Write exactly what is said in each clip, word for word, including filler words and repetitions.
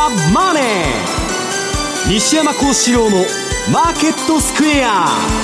マネー。西山孝四郎のマーケットスクエア。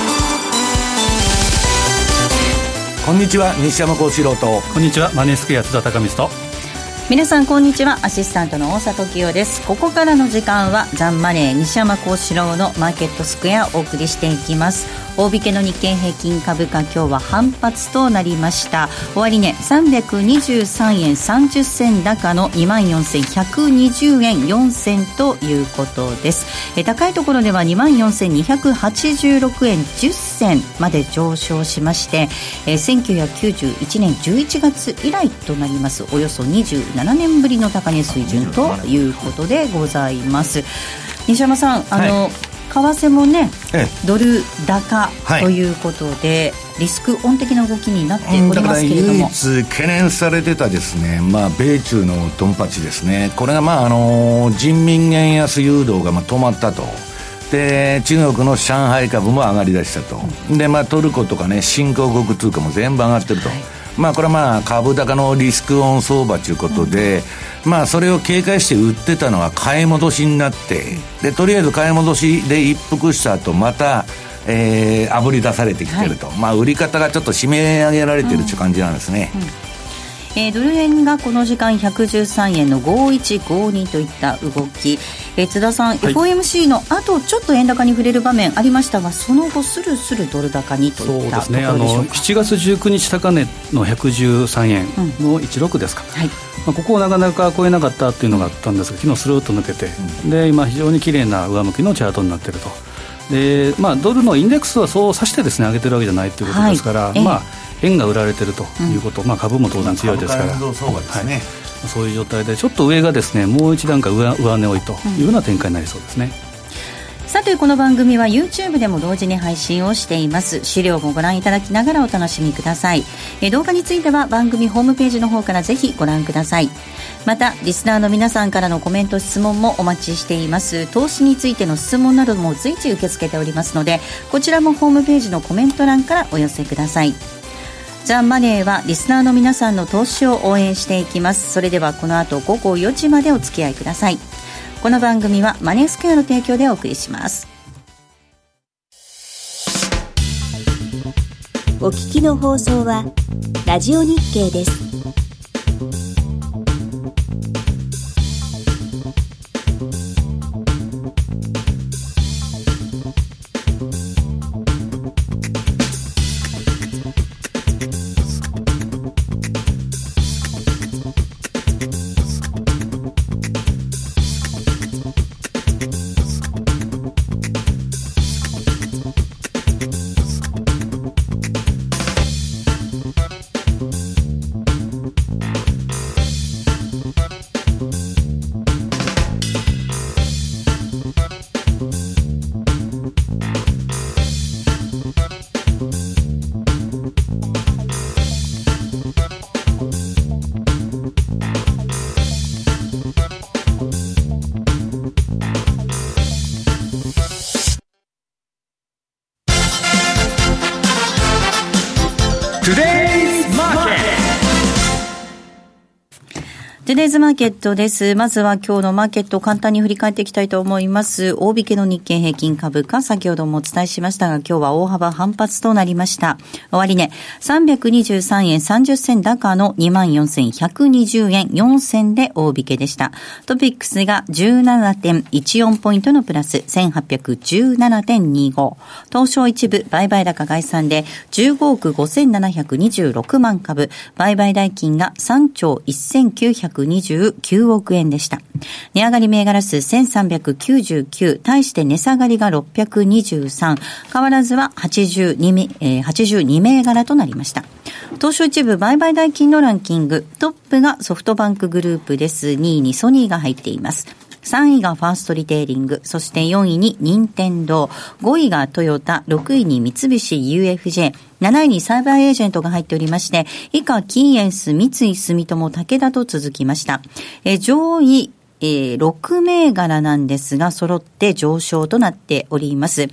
こんにちは、西山孝四郎と。 こんにちは、マネースクエア津田隆光と。 皆さんこんにちは、アシスタントの大里清です。ここからの時間はザンマネー西山孝四郎のマーケットスクエアをお送りしていきます。大引けの日経平均株価、今日は反発となりました。終値、ね、さんびゃくにじゅうさんえんさんじゅっ銭高の にまんよんせんひゃくにじゅうえんよん銭ということです。え高いところでは にまんよんせんにひゃくはちじゅうろくえんじゅっ銭まで上昇しまして、えせんきゅうひゃくきゅうじゅういちねんじゅういちがつ以来となりますおよそにじゅうななねんぶりの高値水準ということでございます。西山さん、あの、はい、為替もね、ええ、ドル高ということで、はい、リスクオン的な動きになっておりますけれども、 だから唯一懸念されてたですね、まあ、米中のドンパチですね。これが、まあ、あの人民元安誘導がまあ止まったと。で中国の上海株も上がりだしたと。で、まあ、トルコとかね、新興国通貨も全部上がってると、はい。まあ、これはまあ株高のリスクオン相場ということで、うん、まあ、それを警戒して売ってたのは買い戻しになって、でとりあえず買い戻しで一服した後また、えー、炙り出されてきてると、はい、まあ、売り方がちょっと締め上げられてるという感じなんですね。 うんうん、えー、ドル円がこの時間ひゃくじゅうさんえんのごいちごにといった動き、えー、津田さん、はい、エフオーエムシー の後ちょっと円高に触れる場面ありましたが、その後スルスルドル高にといったところでしょうか。そうですね、あのしちがつじゅうくにち高値のひゃくじゅうさんえんのじゅうろくですか、うん、はい、まあ、ここをなかなか超えなかったっていうのがあったんですが、昨日スルーッと抜けて、うん、で今非常に綺麗な上向きのチャートになっていると。で、まあ、ドルのインデックスはそう指してですね上げてるわけじゃないということですから、はい、まあ、円が売られているということ、うん、まあ、株も当然強いですから、 株価相場ですね、はい、 そういう状態でちょっと上がですねもう一段階 上, 上値追いというような展開になりそうですね。 うん、さてこの番組は YouTube でも同時に配信をしています。資料もご覧いただきながらお楽しみください。え動画については番組ホームページの方からぜひご覧ください。またリスナーの皆さんからのコメント質問もお待ちしています。投資についての質問なども随時受け付けておりますので、こちらもホームページのコメント欄からお寄せください。ザ・マネーはリスナーの皆さんの投資を応援していきます。それではこの後ごごよじまでお付き合いください。この番組はマネースクエアの提供でお送りします。 お聞きの放送はラジオ日経です。 トゥデイズマーケットです。まずは今日のマーケットを簡単に振り返っていきたいと思います。大引けの日経平均株価、先ほどもお伝えしましたが、今日は大幅反発となりました。終値、さんびゃくにじゅうさんえんさんじゅっ銭高の にまんよんせんひゃくにじゅうえんよん銭で大引けでした。トピックスが じゅうななてんいちよん ポイントのプラス せんはっぴゃくじゅうななてんにご。東証一部売買高概算でじゅうごおくごせんななひゃくにじゅうろくまん株、売買代金がさんちょうせんきゅうひゃくにじゅうきゅうおくえんでした。値上がり銘柄数せんさんびゃくきゅうじゅうきゅう、対して値下がりがろっぴゃくにじゅうさん、変わらずははちじゅうに、えー、はちじゅうに銘柄となりました。東証一部売買代金のランキング、トップがソフトバンクグループです。にいにソニーが入っています。さんいがファーストリテイリング、そしてよんいに任天堂、ごいがトヨタ、ろくいに三菱 ユーエフジェー、なないにサイバーエージェントが入っておりまして、以下キーエンス、三井住友、武田と続きました。え上位、えー、ろく銘柄なんですが揃って上昇となっております。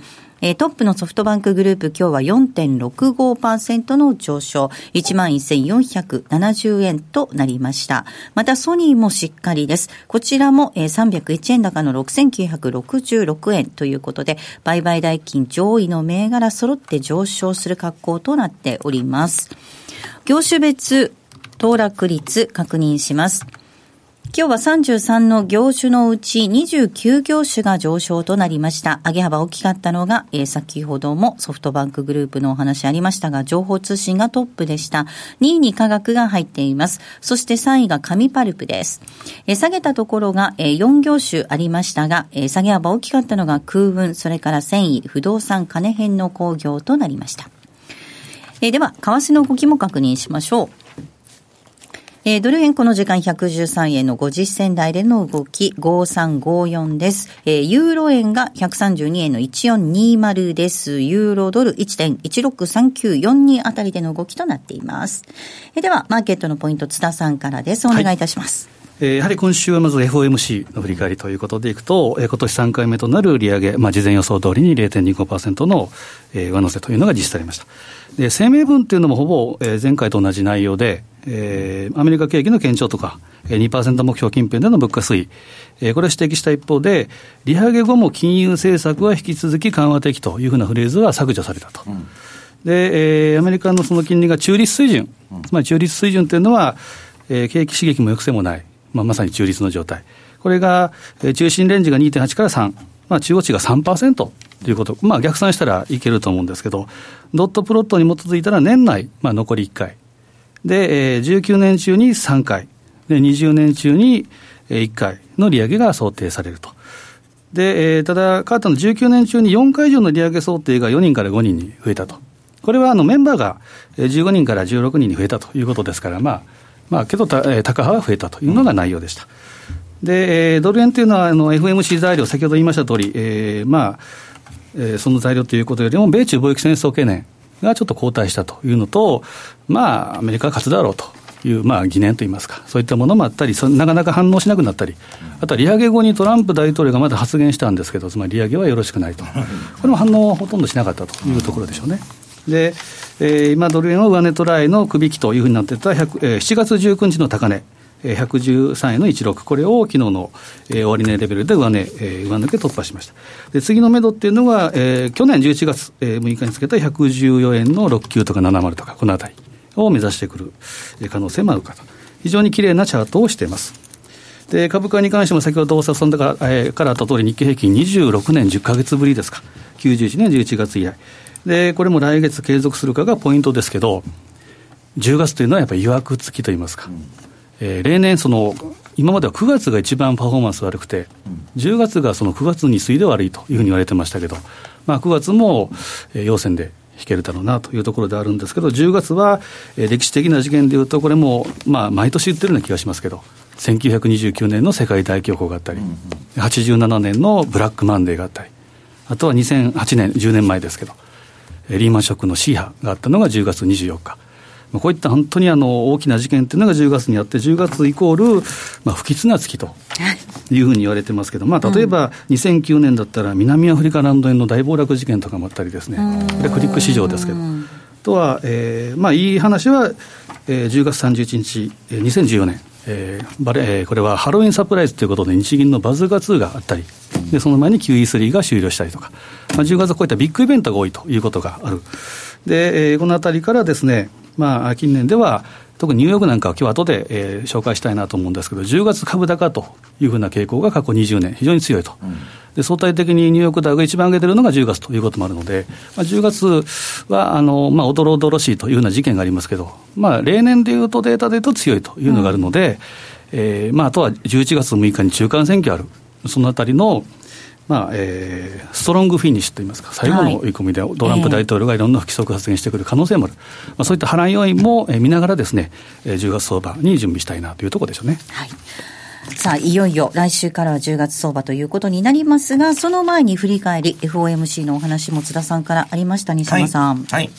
えー、トップのソフトバンクグループ今日は よんてんろくごパーセント の上昇 いちまんせんよんひゃくななじゅうえんとなりました。またソニーもしっかりです。こちらも、えー、さんびゃくいちえん高のろくせんきゅうひゃくろくじゅうろくえんということで売買代金上位の銘柄揃って上昇する格好となっております。業種別騰落率確認します。今日はさんじゅうさんの業種のうちにじゅうきゅう業種が上昇となりました。上げ幅大きかったのが、えー、先ほどもソフトバンクグループのお話ありましたが、情報通信がトップでした。にいに化学が入っています。そしてさんいが紙パルプです。えー、下げたところが、えー、よん業種ありましたが、えー、下げ幅大きかったのが空運、それから繊維、不動産、金編の工業となりました。えー、では、為替の動きも確認しましょう。えー、ドル円この時間ひゃくじゅうさんえんのごじゅっ銭台での動きごさんごよんです。えー、ユーロ円がひゃくさんじゅうにえんのいちよんにまるです。ユーロドル いちてんいちろくさんきゅうよんに あたりでの動きとなっています。えー、ではマーケットのポイント津田さんからです。お願いいたします。 はい、えー、やはり今週はまず エフオーエムシー の振り返りということでいくと、えー、今年さんかいめとなる利上げ、まあ、事前予想通りに れいてんにごパーセント の、えー、上乗せというのが実施されました。で声明文というのもほぼ、えー、前回と同じ内容で、えー、アメリカ景気の堅調とか にパーセント 目標近辺での物価推移、えー、これを指摘した一方で利上げ後も金融政策は引き続き緩和的というふうなフレーズは削除されたと、うん、で、えー、アメリカのその金利が中立水準、うん、つまり中立水準というのは、えー、景気刺激も抑制もない、まあ、まさに中立の状態、これが、えー、中心レンジが にてんはち からさん、まあ、中央値が さんパーセントということ、まあ、逆算したらいけると思うんですけど、ドットプロットに基づいたら年内、まあ、残りいっかいで、えー、じゅうきゅうねん中にさんかいでにじゅうねん中にいっかいの利上げが想定されると。で、えー、ただカートのじゅうきゅうねん中によんかい以上の利上げ想定がよにんからごにんに増えたと。これはあのメンバーがじゅうごにんからじゅうろくにんに増えたということですから、まあまあけどた高幅が増えたというのが内容でした。で、えー、ドル円というのはあの エフオーエムシー 材料、先ほど言いました通り、えー、まあ、えー、その材料ということよりも米中貿易戦争懸念がちょっと後退したというのと、まあ、アメリカが勝つだろうという、まあ、疑念といいますか、そういったものもあったり、なかなか反応しなくなったり、あとは利上げ後にトランプ大統領がまだ発言したんですけど、つまり利上げはよろしくないと、これも反応はほとんどしなかったというところでしょうね。で、えー、今、ドル円の上値トライの首引きというふうになっていた、えー、しちがつじゅうくにちの高値、ひゃくじゅうさんえんのいちじゅうろく、これを昨日の、えー、終値レベルで上値、えー、上抜け突破しました。で、次の目処っていうのが、えー、去年じゅういちがつ、えー、むいかにつけたひゃくじゅうよえんのろくじゅうきゅうとかななじゅうとか、このあたりを目指してくる可能性もあるかと。非常に綺麗なチャートをしています。で、株価に関しても先ほど大沢さんから、えー、からあった通り、日経平均にじゅうろくねんじゅっかげつぶりですか、きゅうじゅういちねんじゅういちがつ以来で、これも来月継続するかがポイントですけど、じゅうがつというのはやっぱり曰く付きといいますか、うんえー、例年その今まではくがつが一番パフォーマンス悪くて、うん、じゅうがつがそのくがつに次いで悪いというふうに言われてましたけど、まあ、くがつも、えー、陽線で引けるだろうなというところであるんですけど、じゅうがつは、えー、歴史的な事件でいうとこれも、まあ、毎年言ってるような気がしますけど、せんきゅうひゃくにじゅうきゅうねんの世界大恐慌があったり、うんうん、はちじゅうななねんのブラックマンデーがあったり、あとはにせんはちねんじゅうねんまえですけど、えー、リーマンショックの シー 波があったのがじゅうがつにじゅうよっか、こういった本当にあの大きな事件というのがじゅうがつにあって、じゅうがつイコール、まあ、不吉な月というふうに言われてますけど、まあ、例えばにせんきゅうねんだったら南アフリカランド円の大暴落事件とかもあったりですね、これクリック市場ですけど、あとは、えーまあ、いい話は、えー、じゅうがつさんじゅういちにち、えー、にせんじゅうよねん、えーバレえー、これはハロウィンサプライズということで日銀のバズーカツーがあったり、でその前に キューイースリー が終了したりとか、まあ、じゅうがつはこういったビッグイベントが多いということがある。で、えー、このあたりからですね、まあ、近年では特にニューヨークなんかは今日後で、えー、紹介したいなと思うんですけど、じゅうがつ株高というふうな傾向が過去にじゅうねん非常に強いと、うん、で相対的にニューヨークダウが一番上げてるのがじゅうがつということもあるので、まあ、じゅうがつはあの、まあ、おどろおどろしいというような事件がありますけど、まあ、例年でいうとデータでいうと強いというのがあるので、うんえーまあ、あとはじゅういちがつむいかに中間選挙ある、そのあたりのまあえー、ストロングフィニッシュといいますか、最後の追い込みでトランプ大統領がいろんな不規則発言してくる可能性もある、えーまあ、そういった波乱要因も、えー、見ながらですね、じゅうがつ相場に準備したいなというところでしょうね。 はい、さあいよいよ来週からはじゅうがつ相場ということになりますが、その前に振り返り エフオーエムシー のお話も津田さんからありました。西山さん、 はいはい、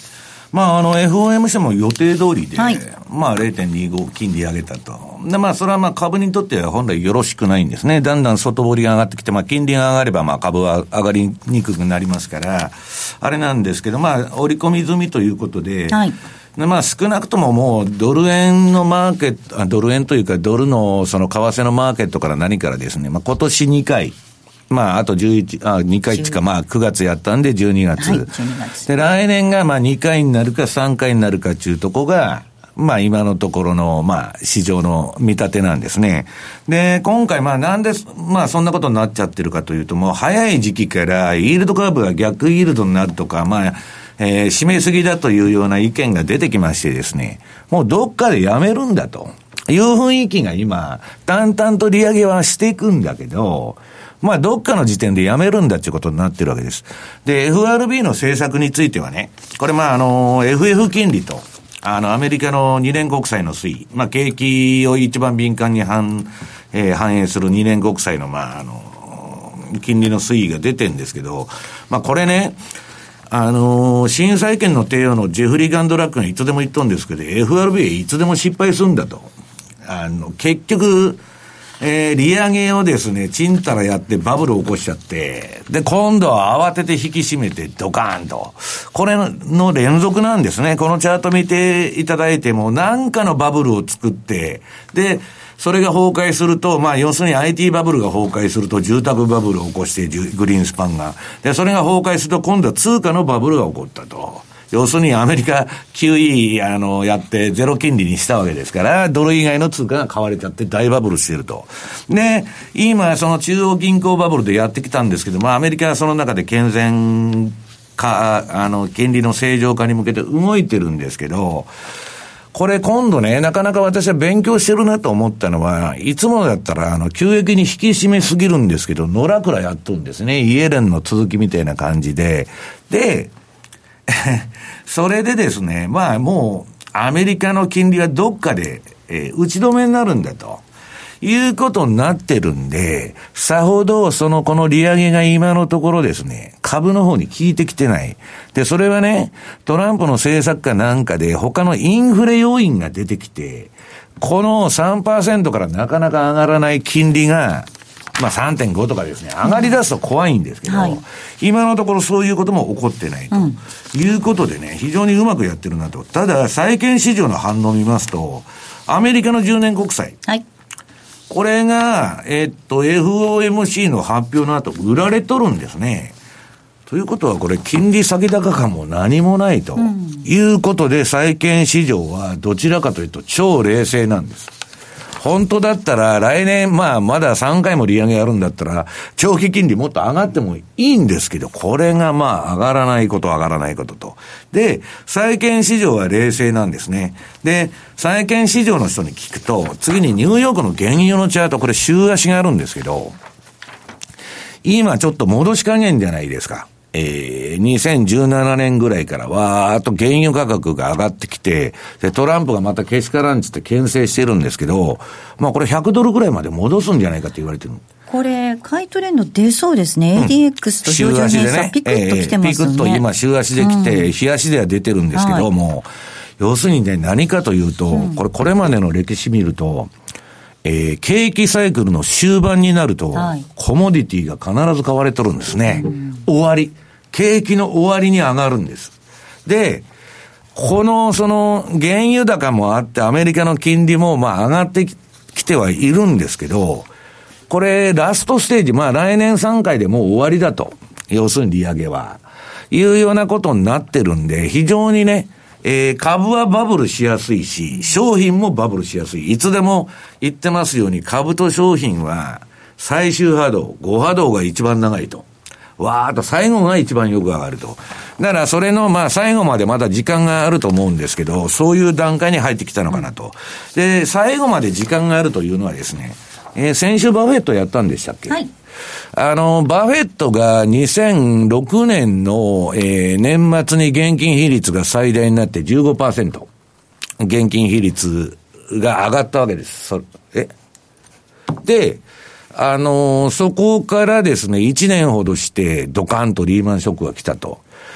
まあ、あの エフオーエムシー も予定通りで、はい、まあ ゼロてんにご 金利上げたと。で、まあそれはまあ株にとっては本来よろしくないんですね。だんだん外堀が上がってきて、まあ金利が上がればまあ株は上がりにくくなりますから、あれなんですけど、まあ織り込み済みということで、はい、でまあ少なくとももうドル円のマーケット、ドル円というかドルのその為替のマーケットから何からですね、まあ今年にかい、まあ、あとじゅういち、あ、にかいか、まあ、くがつやったんでじゅうにがつ。はい、じゅうにがつ。で、来年がまあにかいになるかさんかいになるかっていうとこが、まあ、今のところの、まあ、市場の見立てなんですね。で、今回、まあ、なんで、まあ、そんなことになっちゃってるかというと、もう、早い時期から、イールドカーブが逆イールドになるとか、まあ、えー、締めすぎだというような意見が出てきましてですね、もうどっかでやめるんだという雰囲気が今、淡々と利上げはしていくんだけど、まあ、どっかの時点でやめるんだっていうことになってるわけです。で、エフアールビー の政策についてはね、これまあ、あの、エフエフ 金利と、あの、アメリカのにねん国債の推移、まあ、景気を一番敏感に反、えー、反映するにねん国債の、まあ、あの、金利の推移が出てるんですけど、まあ、これね、あの、新債権の帝王のジェフリー・ガンドラックがいつでも言ったんですけど、エフアールビー いつでも失敗するんだと。あの、結局、えー、利上げをですね、ちんたらやってバブルを起こしちゃって、で、今度は慌てて引き締めてドカーンと。これの連続なんですね。このチャート見ていただいても、なんかのバブルを作って、で、それが崩壊すると、まあ、要するに アイティー バブルが崩壊すると、住宅バブルを起こして、グリーンスパンが。で、それが崩壊すると、今度は通貨のバブルが起こったと。要するにアメリカ キューイー あのやってゼロ金利にしたわけですから、ドル以外の通貨が買われちゃって大バブルしていると。で、今その中央銀行バブルでやってきたんですけど、まあアメリカはその中で健全化、あの金利の正常化に向けて動いてるんですけど、これ今度ね、なかなか私は勉強してるなと思ったのは、いつもだったらあの急激に引き締めすぎるんですけど、のらくらやっとるんですね。イエレンの続きみたいな感じで。で、それでですね、まあもうアメリカの金利はどっかで、えー、打ち止めになるんだということになってるんで、さほどそのこの利上げが今のところですね、株の方に効いてきてない。で、それはね、トランプの政策かなんかで他のインフレ要因が出てきて、この さんパーセント からなかなか上がらない金利がまあ さんてんご とかですね、上がり出すと怖いんですけど、うんはい、今のところそういうことも起こってないと、うん、いうことでね、非常にうまくやってるなと。ただ、債券市場の反応を見ますと、アメリカのじゅうねん国債。はい、これが、えー、っと、エフオーエムシー の発表の後、売られとるんですね。ということはこれ、金利先高感も何もないと、うん、いうことで、債券市場はどちらかというと超冷静なんです。本当だったら来年、まあまださんかいも利上げやるんだったら、長期金利もっと上がってもいいんですけど、これがまあ上がらないこと上がらないことと。で、債券市場は冷静なんですね。で、債券市場の人に聞くと、次にニューヨークの原油のチャート、これ週足があるんですけど、今ちょっと戻し加減じゃないですか。えー、にせんじゅうななねんぐらいからわーっと原油価格が上がってきて、で、トランプがまたけしからんつって牽制してるんですけど、まあこれひゃくドルぐらいまで戻すんじゃないかって言われてる。 これ、買いトレンド出そうですね。うん、エーディーエックス と標準偏差、ね、ピクッと来てますよね。 えー、ピクッと今週足で来て、うん、日足では出てるんですけども、はい、要するにね、何かというと、うん、これこれまでの歴史見ると、えー、景気サイクルの終盤になると、はい、コモディティが必ず買われとるんですね。うん、終わり。景気の終わりに上がるんです。で、この、その、原油高もあって、アメリカの金利も、まあ、上がってきてはいるんですけど、これ、ラストステージ、まあ、来年さんかいでもう終わりだと。要するに利上げは。いうようなことになってるんで、非常にね、えー、株はバブルしやすいし、商品もバブルしやすい。いつでも言ってますように、株と商品は、最終波動、ご波動が一番長いと。わーっと最後が一番よく上がると。だからそれのまあ最後までまだ時間があると思うんですけど、そういう段階に入ってきたのかなと。で、最後まで時間があるというのはですね、えー、先週バフェットやったんでしたっけ？はい。あの、バフェットがにせんろくねんの、えー、年末に現金比率が最大になって じゅうごパーセント。現金比率が上がったわけです。そえで、あのー、そこからですね、いちねんほどしてドカンとリーマンショックが来たと。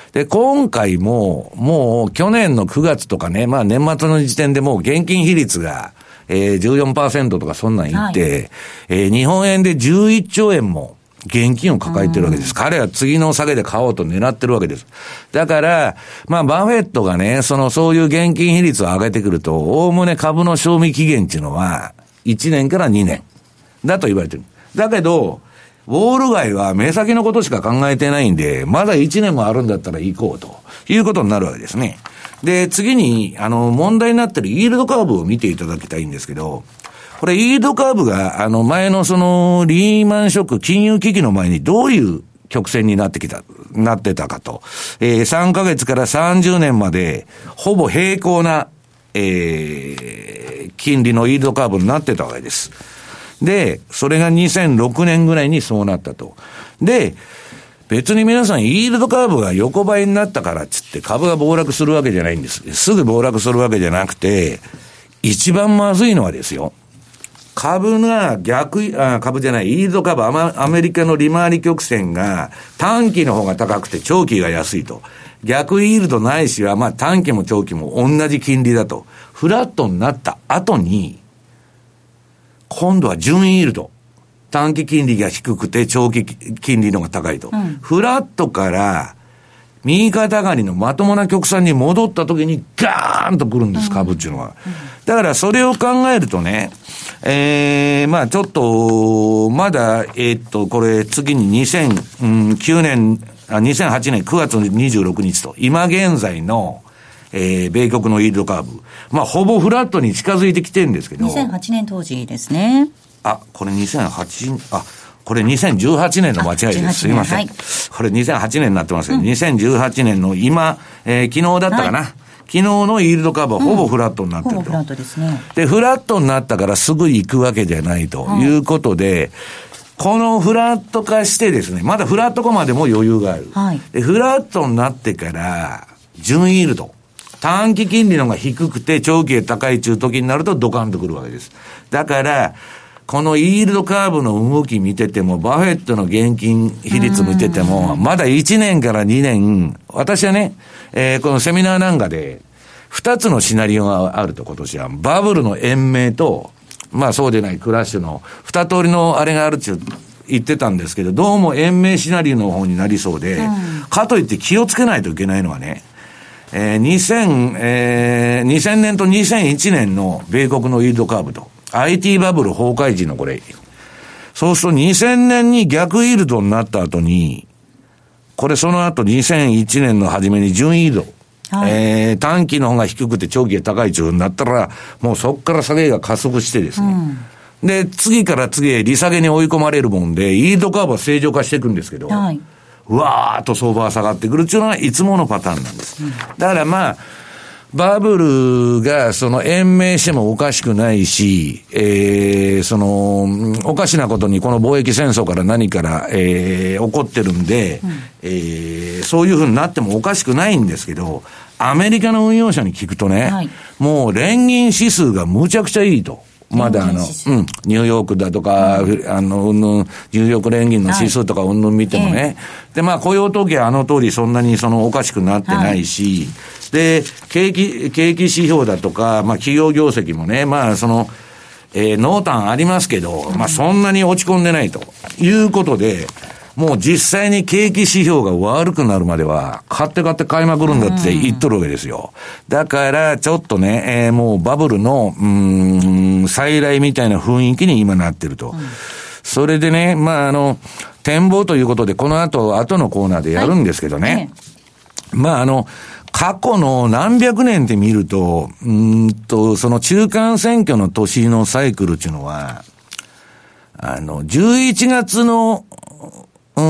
で、今回も、もう去年のくがつとかね、まあ年末の時点でもう現金比率が、えー、じゅうよんパーセント とかそんなん言って、はい、えー、日本円でじゅういっちょうえんも現金を抱えてるわけです。彼は次の下げで買おうと狙ってるわけです。だから、まあバフェットがね、そのそういう現金比率を上げてくると、おおむね株の賞味期限っていうのは、いちねんからにねんだと言われてる。だけど、ウォール街は目先のことしか考えてないんで、まだいちねんもあるんだったら行こうということになるわけですね。で、次に、あの、問題になってるイールドカーブを見ていただきたいんですけど、これイールドカーブが、あの、前のその、リーマンショック、金融危機の前にどういう曲線になってきた、なってたかと。えー、さんかげつからさんじゅうねんまで、ほぼ平行な、えー、金利のイールドカーブになってたわけです。で、それがにせんろくねんぐらいにそうなったと。で、別に皆さん、イールドカーブが横ばいになったからっつって株が暴落するわけじゃないんです。すぐ暴落するわけじゃなくて、一番まずいのはですよ。株が逆、あ、株じゃない、イールドカーブ、アメリカの利回り曲線が短期の方が高くて長期が安いと。逆イールドないしは、まあ短期も長期も同じ金利だと。フラットになった後に、今度は純イールド。短期金利が低くて長期金利のが高いと。うん、フラットから右肩上がりのまともな曲線に戻った時にガーンと来るんです、株っていうのは。うんうん、だからそれを考えるとね、えー、まあちょっと、まだ、えー、っと、これ次ににせんきゅうねん、あ、にせんはちねんくがつにじゅうろくにちと、今現在のえー、米国のイールドカーブ。まあ、ほぼフラットに近づいてきてるんですけど。 にせんはちねん当時ですね。 あ、これにせんはち、あ、これにせんじゅうはちねんの間違いです。すいません。はい、これにせんはちねんになってますけど、うん、にせんじゅうはちねんの今、えー、昨日だったかな。はい、昨日のイールドカーブはほぼフラットになってると。うん、ほぼフラットですね。で、フラットになったからすぐ行くわけじゃないということで、はい、このフラット化してですね、まだフラット化までも余裕がある。はい、で、フラットになってから、純イールド。短期金利のが低くて長期が高い中時になるとドカンとくるわけです。だから、このイールドカーブの動き見てても、バフェットの現金比率見てても、まだいちねんからにねん、私はね、えー、このセミナーなんかで、二つのシナリオがあると今年は、バブルの延命と、まあそうでないクラッシュの二通りのあれがあるって言ってたんですけど、どうも延命シナリオの方になりそうで、かといって気をつけないといけないのはね、えー、にせん、えー、にせんねんとにせんいちねんの米国のイールドカーブと、アイティー バブル崩壊時のこれ、そうするとにせんねんに逆イールドになった後に、これその後にせんいちねんの初めに純イールド、はい、えー、短期の方が低くて長期が高い中になったら、もうそこから下げが加速してですね、うん、で、次から次へ利下げに追い込まれるもんで、イールドカーブは正常化していくんですけど、はい、うわーっと相場が下がってくるっていうのはいつものパターンなんです。うん、だからまあ、バブルがその延命してもおかしくないし、えー、その、おかしなことにこの貿易戦争から何から、えー、起こってるんで、うん、えー、そういうふうになってもおかしくないんですけど、アメリカの運用者に聞くとね、はい、もう連銀指数がむちゃくちゃいいと。まだあの、うん、ニューヨークだとか、うん、あの、うんぬん、ニューヨーク連銀の指数とかうんぬん見てもね、はい、で、まあ雇用統計はあの通りそんなにそのおかしくなってないし、はい、で、景気、景気指標だとか、まあ企業業績もね、まあその、えー、濃淡ありますけど、うん、まあそんなに落ち込んでないということで、もう実際に景気指標が悪くなるまでは、買って買って買いまくるんだって言っとるわけですよ。だから、ちょっとね、えー、もうバブルの、うーん、再来みたいな雰囲気に今なってると。うん、それでね、まあ、あの、展望ということで、この後、後のコーナーでやるんですけどね。はい、まあ、あの、過去の何百年って見ると、うーんと、その中間選挙の年のサイクルっていうのは、あの、じゅういちがつの、うん、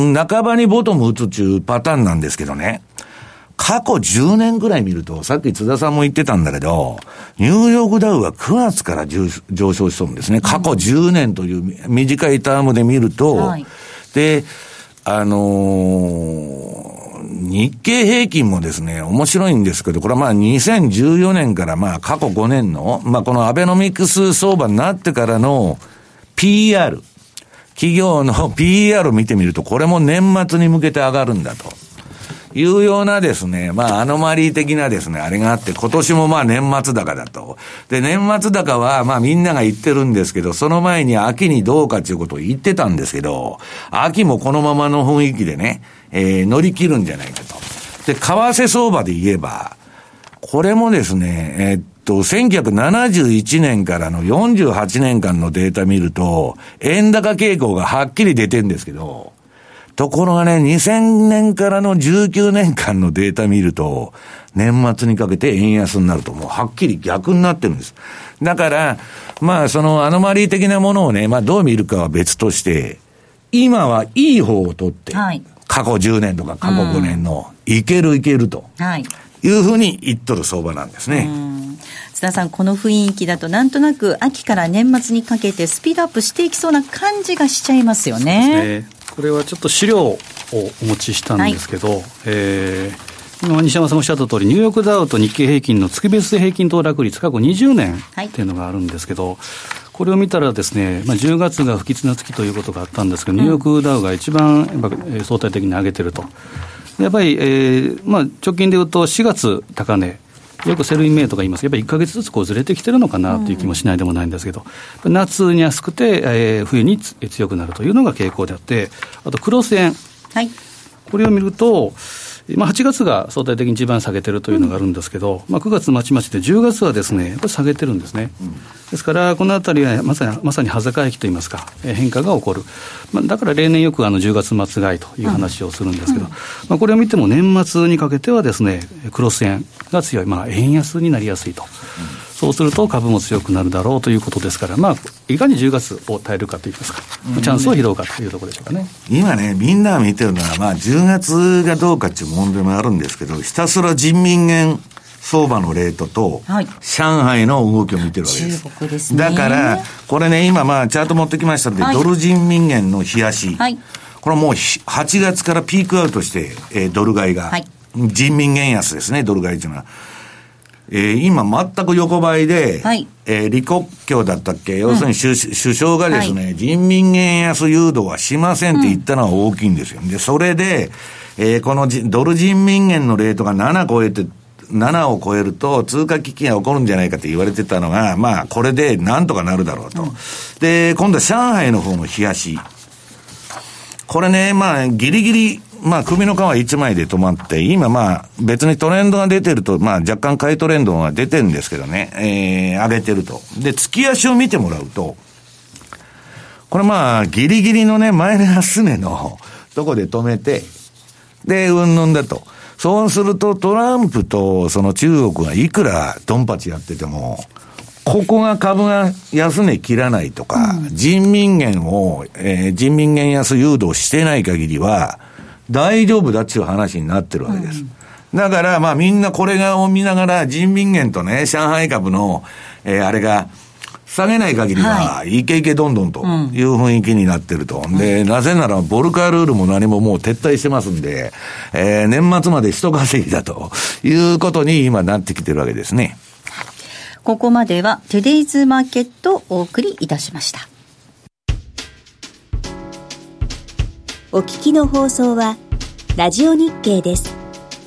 半ばにボトム打つっていうパターンなんですけどね。過去じゅうねんぐらい見ると、さっき津田さんも言ってたんだけど、ニューヨークダウはくがつから上昇しそうですね。過去じゅうねんという短いタームで見ると、はい、で、あのー、日経平均もですね、面白いんですけど、これはまあにせんじゅうよねんからまあ過去ごねんの、まあこのアベノミクス相場になってからの ピーアール、企業の ピーアール を見てみると、これも年末に向けて上がるんだと。 いうようなですね、まあアノマリー的なですね、あれがあって、今年もまあ年末高だと。で、年末高はまあみんなが言ってるんですけど、その前に秋にどうかということを言ってたんですけど、秋もこのままの雰囲気でね、えー、乗り切るんじゃないかと。で、為替相場で言えば、これもですね、えー、っと、せんきゅうひゃくななじゅういちねんからのよんじゅうはちねんかんのデータ見ると、円高傾向がはっきり出てるんですけど、ところがね、にせんねんからのじゅうきゅうねんかんのデータ見ると、年末にかけて円安になるともうはっきり逆になってるんです。だから、まあそのアノマリー的なものをね、まあどう見るかは別として、今はいい方を取って、はい、過去じゅうねんとか過去ごねんの、うん、いけるいけると、はい、いうふうに言っとる相場なんですね。 うん津田さん、この雰囲気だとなんとなく秋から年末にかけてスピードアップしていきそうな感じがしちゃいますよね。 そうですね。これはちょっと資料をお持ちしたんですけど、はい、えー、今西山さんおっしゃった通りニューヨークダウと日経平均の月別平均騰落率過去にじゅうねんっていうのがあるんですけど、はい、これを見たらですね、まあ、じゅうがつが不吉な月ということがあったんですけど、ニューヨークダウが一番やっぱ相対的に上げてると。やっぱり、えーまあ、直近でいうとしがつ高値、よくセルインメイトが言います。やっぱりいっかげつずつこうずれてきてるのかなという気もしないでもないんですけど、うん、夏に安くて、えー、冬に強くなるというのが傾向であって、あとクロス円、はい、これを見ると、まあ、はちがつが相対的に一番下げてるというのがあるんですけど、うんまあ、くがつまちまちでじゅうがつはですねやっぱり下げてるんですね、うん、ですからこのあたりはまさにまさに端境期といいますか、えー、変化が起こる、まあ、だから例年よくあのじゅうがつ末買いという話をするんですけど、うんまあ、これを見ても年末にかけてはですねクロス円が強い、まあ、円安になりやすいと、うん、そうすると株も強くなるだろうということですから、まあ、いかにじゅうがつを耐えるかといいますか、うん、チャンスを拾うかというところでしょうかね。 今ねみんなが見てるのは、まあ、じゅうがつがどうかっていう問題もあるんですけど、ひたすら人民元相場のレートと、はい、上海の動きを見てるわけです。 中国ですね。 だからこれね今まあチャート持ってきましたので、はい、ドル人民元の冷やし、はい、これもうはちがつからピークアウトして、えー、ドル買いが、はい、人民元安ですね、ドル買いというのは。えー、今全く横ばいで、はい、えー、李克強だったっけ、要するに首、うん、首相がですね、はい、人民元安誘導はしませんって言ったのは大きいんですよ。で、それで、えー、このドル人民元のレートがなな超えて、ななを超えると通貨危機が起こるんじゃないかって言われてたのが、まあこれでなんとかなるだろうと。うん、で、今度は上海の方の冷やし。これね、まあギリギリ、まあ首の皮一枚で止まって、今まあ別にトレンドが出てると、まあ若干買いトレンドが出てるんですけどね、えー、上げてると。で、月足を見てもらうと、これまあギリギリのね、前の安値のとこで止めて、で、うんぬんだと。そうするとトランプとその中国がいくらドンパチやってても、ここが株が安値切らないとか、うん、人民元を、えー、人民元安誘導してない限りは大丈夫だっていう話になってるわけです。うん、だからまあみんなこれがを見ながら人民元とね、上海株の、えー、あれが下げない限りは、いけいけどんどんという雰囲気になってると。うん、で、なぜなら、ボルカールールも何ももう撤退してますんで、えー、年末まで一稼ぎだということに今なってきてるわけですね。 ここまでは、トゥデイズマーケットをお送りいたしました。 お聞きの放送は、ラジオ日経です。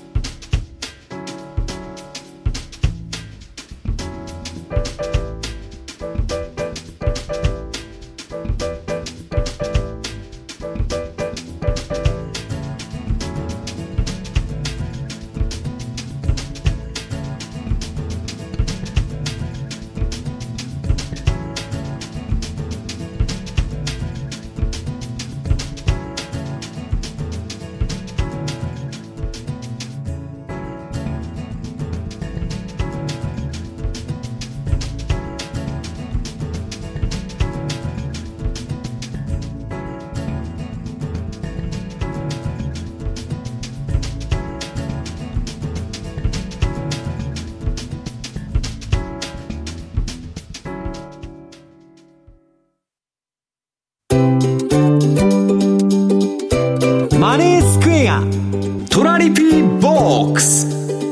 トラリピーボックス。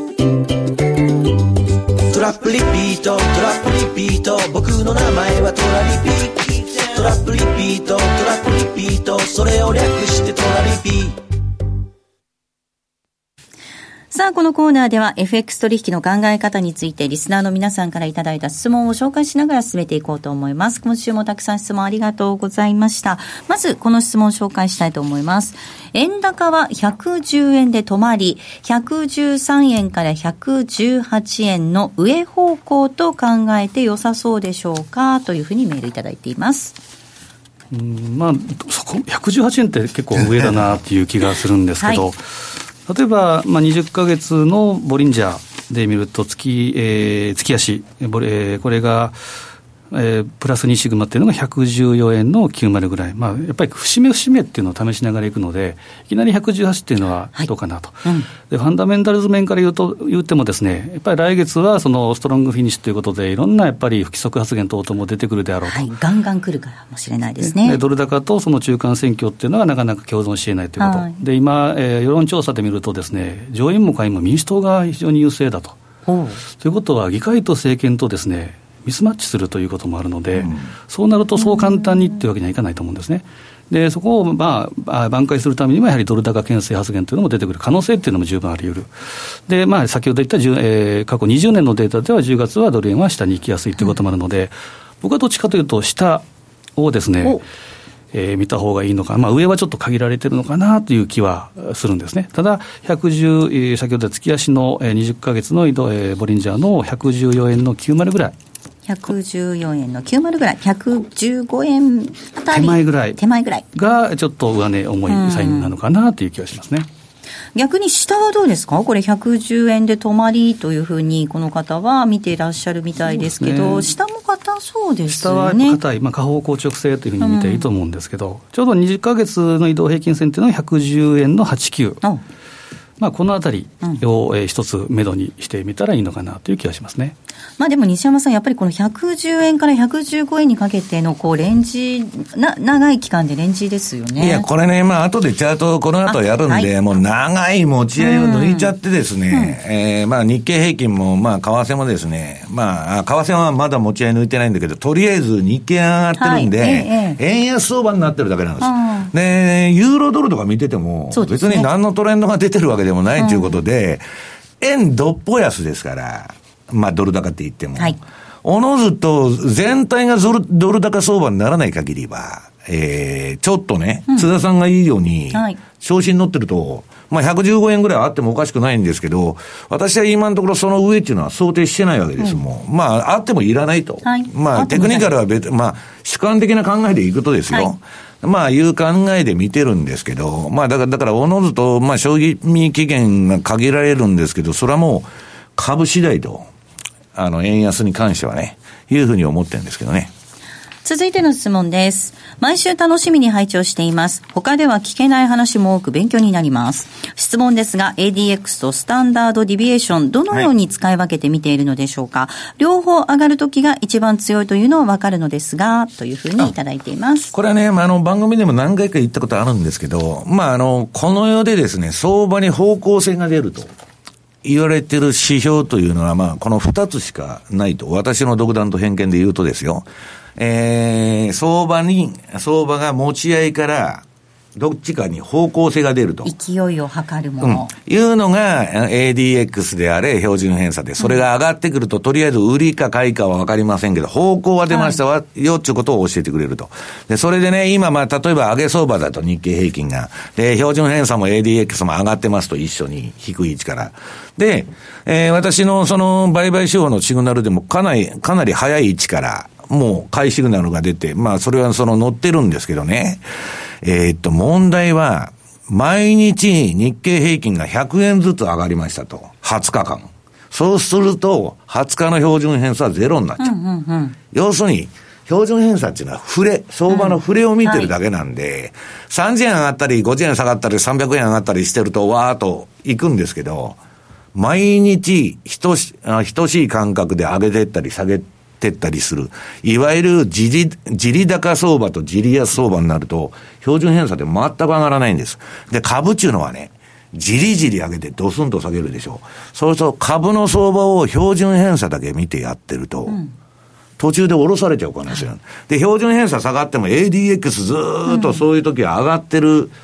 トラップリピート、トラップリピート、僕の名前はトラリピ。トラップリピート、トラップリピート、それを略してトラリピ。 さあ、このコーナーでは エフエックス 取引の考え方についてリスナーの皆さんからいただいた質問を紹介しながら進めていこうと思います。今週もたくさん質問ありがとうございました。まずこの質問を紹介したいと思います。円高はひゃくじゅうえんで止まり、ひゃくじゅうさんえんからひゃくじゅうはちえんの上方向と考えて良さそうでしょうか、というふうにメールいただいています。 うん、まあ、そこひゃくじゅうはちえんって結構上だなっていう気がするんですけど、はい、例えば、まあ、にじゅっかげつのボリンジャーで見ると月、えー、月足、えー、これが、えー、プラスにシグマっていうのがひゃくじゅうよえんのきゅうじゅうぐらい、まあ、やっぱり節目節目っていうのを試しながらいくので、いきなりひゃくじゅうはちっていうのはどうかなと、はい、うん、でファンダメンタルズ面から言うと言ってもですね、やっぱり来月はそのストロングフィニッシュということでいろんなやっぱり不規則発言等々も出てくるであろうと、 はい、ガンガン来るかもしれないですね。 でドル高とその中間選挙っていうのはなかなか共存し得ないということ、はい、で今、えー、世論調査で見るとですね、上院も下院も民主党が非常に優勢だと、ということは議会と政権とですねミスマッチするということもあるので、うん、そうなるとそう簡単にっていうわけにはいかないと思うんですね。でそこを、まあ、挽回するためにはやはりドル高牽制発言というのも出てくる可能性っていうのも十分あり得る。で、まあ、先ほど言った、えー、過去にじゅうねんのデータではじゅうがつはドル円は下に行きやすいということもあるので、うん、僕はどっちかというと下をですね、えー、見た方がいいのか、まあ、上はちょっと限られてるのかなという気はするんですね。ただひゃくじゅう、えー、先ほど月足のにじゅっかげつの移動、えー、ボリンジャーのひゃくじゅうよえんのきゅうじゅうぐらい、 ひゃくじゅうよえんのきゅうじゅうぐらい、ひゃくじゅうごえんあたり手前ぐらい手前ぐらいがちょっと上値重いサインなのかなという気がしますね。 逆に下はどうですか。これひゃくじゅうえんで止まりというふうにこの方は見ていらっしゃるみたいですけど、ね、下も硬そうですよね。下はやっぱ硬い、まあ、下方硬直性というふうに見ていいと思うんですけど、うん、ちょうどにじゅっかげつの移動平均線というのはひゃくじゅうえんのはちじゅうきゅう、まあ、このあたりを、えー、一つ目処にしてみたらいいのかなという気がしますね。まあ、でも西山さん、やっぱりこのひゃくじゅうえんからひゃくじゅうごえんにかけてのこうレンジな、長い期間でレンジですよね。 いや、これね、まあ後でチャートこの後やるんで、はい、もう長い持ち合いを抜いちゃってですね、うん、えー、まあ日経平均もまあ為替もですね、まあ為替はまだ持ち合い抜いてないんだけど、とりあえず日経上がってるんで、はい、ええ、円安相場になってるだけなんです。うん、でユーロドルとか見てても、ね、別に何のトレンドが出てるわけでもないということで、うん、円どっぽ安ですから、まあドル高って言っても、はい、おのずと全体がドル、ドル高相場にならない限りは、えー、ちょっとね、うん、津田さんがいいように、はい、調子に乗ってると、まあひゃくじゅうごえんぐらいあってもおかしくないんですけど、私は今のところその上っていうのは想定してないわけですもん。うん、まああってもいらないと。はい、まあテクニカルは別、まあ主観的な考えでいくとですよ。はい、まあいう考えで見てるんですけど、まあだから、だからおのずと、まあ賞味期限が限られるんですけど、それはもう株次第と、あの、円安に関してはね、いうふうに思ってるんですけどね。 続いての質問です。毎週楽しみに拝聴しています。他では聞けない話も多く勉強になります。質問ですが、エーディーエックス とスタンダードディビエーション、どのように使い分けて見ているのでしょうか。はい、両方上がるときが一番強いというのはわかるのですが、というふうにいただいています。 これはね、まあ、あの、番組でも何回か言ったことあるんですけど、まあ、あの、この世でですね、相場に方向性が出ると言われている指標というのは、まあ、この二つしかないと、私の独断と偏見で言うとですよ、えー、相場に、相場が持ち合いから、どっちかに方向性が出ると。 勢いを測るもの。 うん。いうのが エーディーエックス であれ、標準偏差で、それが上がってくると、とりあえず売りか買いかはわかりませんけど、方向は出ましたわ、はい、よっていうことを教えてくれると。で、それでね、今まあ、例えば上げ相場だと日経平均が、で、標準偏差も エーディーエックス も上がってますと一緒に低い位置から。で、えー、私のその売買手法のシグナルでもかなり、かなり早い位置から、もう買いシグナルが出て、まあそれはその乗ってるんですけどね。えー、っと、問題は、毎日日経平均がひゃくえんずつ上がりましたと。はつかかん。そうすると、はつかの標準偏差はゼロになっちゃう。うんうんうん、要するに、標準偏差っていうのは触れ、相場の触れを見てるだけなんで、うんはい、さんじゅうえん上がったり、ごじゅうえん下がったり、さんびゃくえん上がったりしてると、わーっと行くんですけど、毎日、等し、等しい感覚で上げてったり下げて、ってったりする。いわゆる自利、自利高相場と自利安相場になると、標準偏差って全く上がらないんです。で、株っていうのはね、じりじり上げてドスンと下げるでしょ。そうすると株の相場を標準偏差だけ見てやってると、うん、途中で下ろされちゃう可能性がある。で、標準偏差下がっても エーディーエックス ずーっとそういう時は上がってる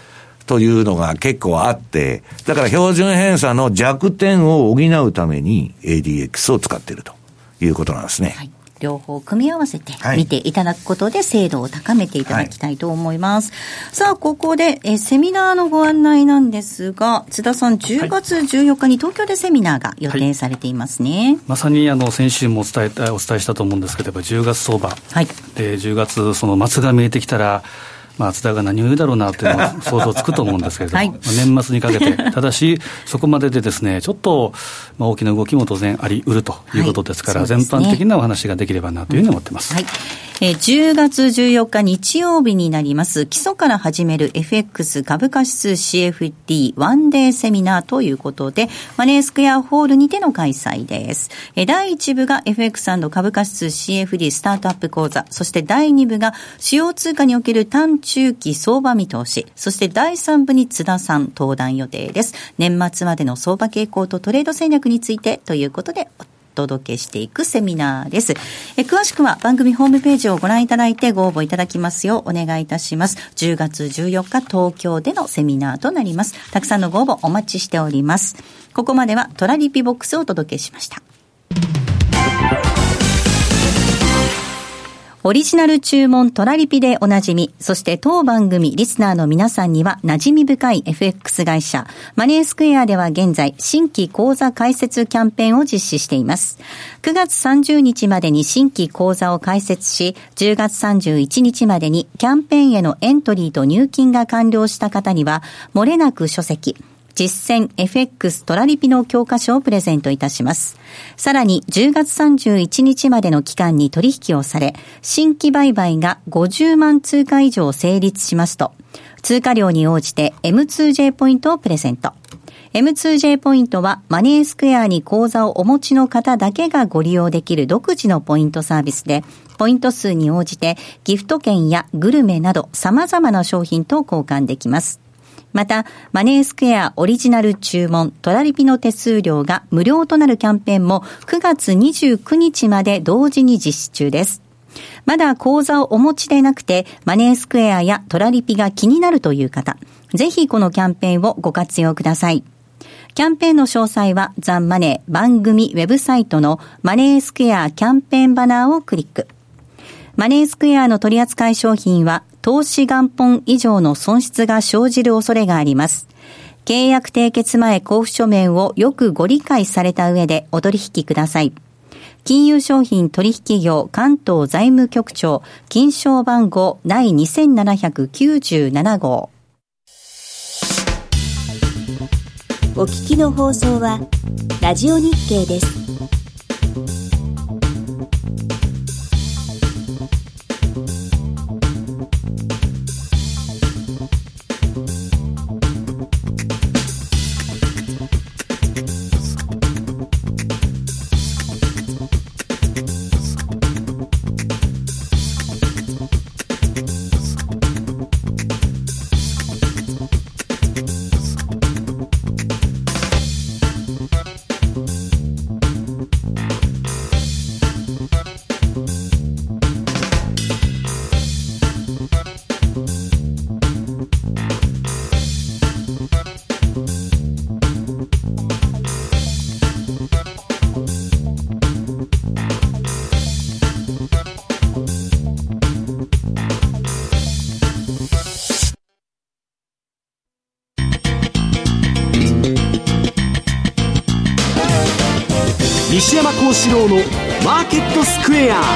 というのが結構あって、だから標準偏差の弱点を補うために エーディーエックス を使っているということなんですね。 はい、両方組み合わせて見ていただくことで精度を高めていただきたいと思います、はい、さあここでえセミナーのご案内なんですが、津田さんじゅうがつじゅうよっかに東京でセミナーが予定されていますね、はい、 まさにあの先週もお伝えお伝えしたと思うんですけど、じゅうがつ相場、はい、でじゅうがつその末が見えてきたら、まあ、津田が何を言うだろうなっていうのは想像つくと思うんですけれども、はい、まあ、年末にかけて、ただし、そこまででですね、ちょっと、まあ、大きな動きも当然あり得るということですから、はい、全般的なお話ができればなというふうに思っています。 うん、はい、えー、じゅうがつじゅうよっか日曜日になります、基礎から始める エフエックス 株価指数 シーエフディー ワンデーセミナーということで、マネースクエアホールにての開催です。えー、だいいち部が エフエックス& 株価指数 シーエフディー スタートアップ講座、そしてだいに部が主要通貨における短中期相場見通し、そしてだいさん部に津田さん登壇予定です。年末までの相場傾向とトレード戦略についてということでお届けしていくセミナーです。え詳しくは番組ホームページをご覧いただいてご応募いただきますようお願いいたします。じゅうがつじゅうよっか東京でのセミナーとなります。たくさんのご応募お待ちしております。ここまではトラリピボックスをお届けしました。オリジナル注文トラリピでおなじみ、そして当番組リスナーの皆さんには馴染み深い エフエックス 会社マネースクエアでは現在新規口座開設キャンペーンを実施しています。くがつさんじゅうにちまでに新規口座を開設し、じゅうがつさんじゅういちにちまでにキャンペーンへのエントリーと入金が完了した方には漏れなく書籍実践 エフエックス トラリピの教科書をプレゼントいたします。さらにじゅうがつさんじゅういちにちまでの期間に取引をされ、新規売買がごじゅうまん通貨以上成立しますと、通貨量に応じて エムツージェー ポイントをプレゼント。エムツージェー ポイントはマネースクエアに口座をお持ちの方だけがご利用できる独自のポイントサービスで、ポイント数に応じてギフト券やグルメなど様々な商品と交換できます。また、マネースクエアオリジナル注文トラリピの手数料が無料となるキャンペーンもくがつにじゅうくにちまで同時に実施中です。まだ口座をお持ちでなくて、マネースクエアやトラリピが気になるという方、ぜひこのキャンペーンをご活用ください。キャンペーンの詳細はザンマネー番組ウェブサイトのマネースクエアキャンペーンバナーをクリック。マネースクエアの取扱い商品は投資元本以上の損失が生じる恐れがあります。契約締結前交付書面をよくご理解された上でお取引ください。金融商品取引業関東財務局長金賞番号第にせんななひゃくきゅうじゅうなな号。 お聞きの放送はラジオ日経です。 西山幸四郎のマーケットスクエア。